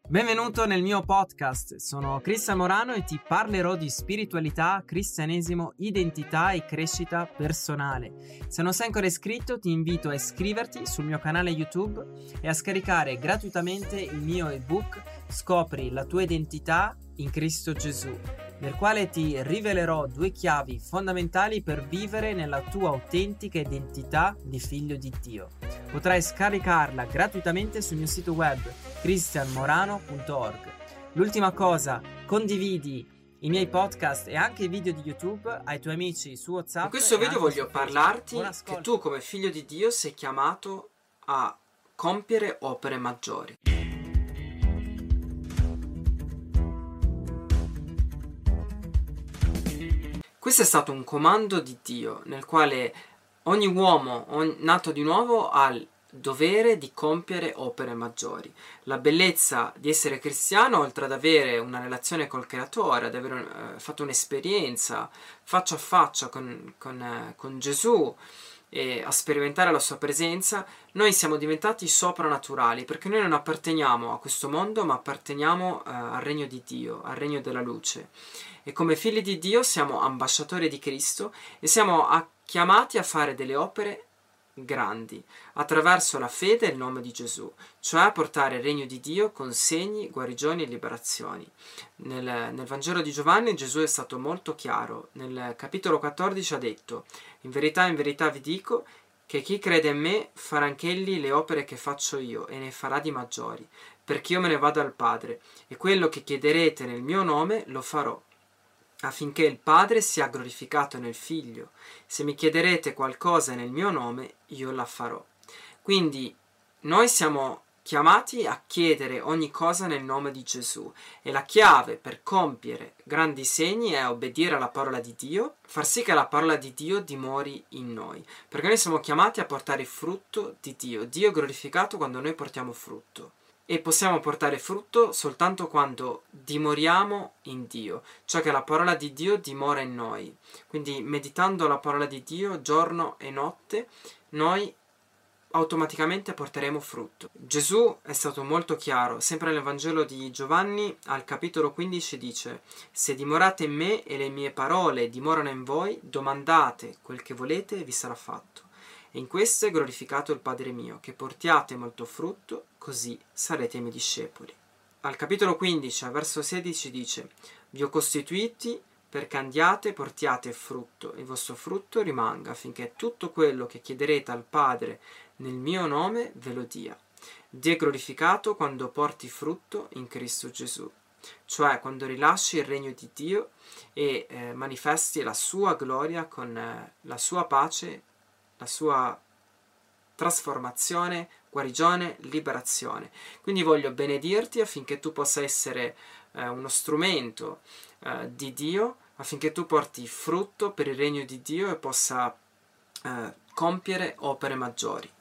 Benvenuto nel mio podcast, sono Cristian Morano e ti parlerò di spiritualità, cristianesimo, identità e crescita personale. Se non sei ancora iscritto ti invito a iscriverti sul mio canale YouTube e a scaricare gratuitamente il mio ebook Scopri la tua identità in Cristo Gesù, nel quale ti rivelerò 2 chiavi fondamentali per vivere nella tua autentica identità di figlio di Dio. Potrai scaricarla gratuitamente sul mio sito web cristianmorano.org. L'ultima cosa, condividi i miei podcast e anche i video di YouTube ai tuoi amici su WhatsApp. In questo video voglio parlarti che tu come figlio di Dio sei chiamato a compiere opere maggiori. Questo è stato un comando di Dio nel quale ogni uomo nato di nuovo ha il dovere di compiere opere maggiori. La bellezza di essere cristiano, oltre ad avere una relazione col Creatore, ad aver fatto un'esperienza faccia a faccia con Gesù e a sperimentare la sua presenza, noi siamo diventati soprannaturali, perché noi non apparteniamo a questo mondo, ma apparteniamo al regno di Dio, al regno della luce. E come figli di Dio siamo ambasciatori di Cristo e siamo chiamati a fare delle opere grandi attraverso la fede e il nome di Gesù, cioè a portare il regno di Dio con segni, guarigioni e liberazioni. Nel Vangelo di Giovanni Gesù è stato molto chiaro. Nel capitolo 14 ha detto: in verità vi dico che chi crede in me farà anch'egli le opere che faccio io e ne farà di maggiori, perché io me ne vado al Padre, e quello che chiederete nel mio nome lo farò, affinché il Padre sia glorificato nel Figlio. Se mi chiederete qualcosa nel mio nome, io la farò. Quindi noi siamo chiamati a chiedere ogni cosa nel nome di Gesù, e la chiave per compiere grandi segni è obbedire alla parola di Dio, far sì che la parola di Dio dimori in noi, perché noi siamo chiamati a portare il frutto di Dio. Dio è glorificato quando noi portiamo frutto. E possiamo portare frutto soltanto quando dimoriamo in Dio, cioè che la parola di Dio dimora in noi. Quindi meditando la parola di Dio giorno e notte, noi automaticamente porteremo frutto. Gesù è stato molto chiaro, sempre nel Vangelo di Giovanni, al capitolo 15 dice: se dimorate in me e le mie parole dimorano in voi, domandate quel che volete e vi sarà fatto. E in questo è glorificato il Padre mio, che portiate molto frutto, così sarete i miei discepoli. Al capitolo 15, al verso 16 dice: vi ho costituiti perché andiate e portiate frutto, e il vostro frutto rimanga, affinché tutto quello che chiederete al Padre nel mio nome ve lo dia. Dio è glorificato quando porti frutto in Cristo Gesù, cioè quando rilasci il regno di Dio e manifesti la sua gloria con la sua pace, la sua trasformazione, guarigione, liberazione. Quindi voglio benedirti affinché tu possa essere uno strumento di Dio, affinché tu porti frutto per il regno di Dio e possa compiere opere maggiori.